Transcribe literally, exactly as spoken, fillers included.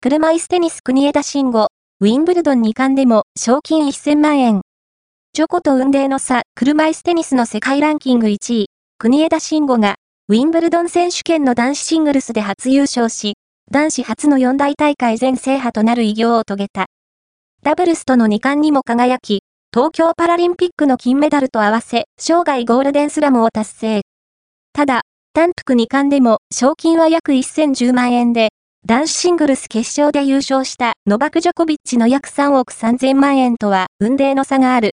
車椅子テニス国枝慎吾、ウィンブルドンに冠でも賞金せんまんえん。ジョコと雲泥の差、車椅子テニスの世界ランキングいちい、国枝慎吾が、ウィンブルドン選手権の男子シングルスで初優勝し、男子初の四大大会全制覇となる偉業を遂げた。ダブルスとのに冠にも輝き、東京パラリンピックの金メダルと合わせ、生涯ゴールデンスラムを達成。ただ、単独に冠でも賞金は約せんじゅうまんえんで、男子シングルス決勝で優勝したノバク・ジョコビッチの約さんおくさんぜんまんえんとは雲泥の差がある。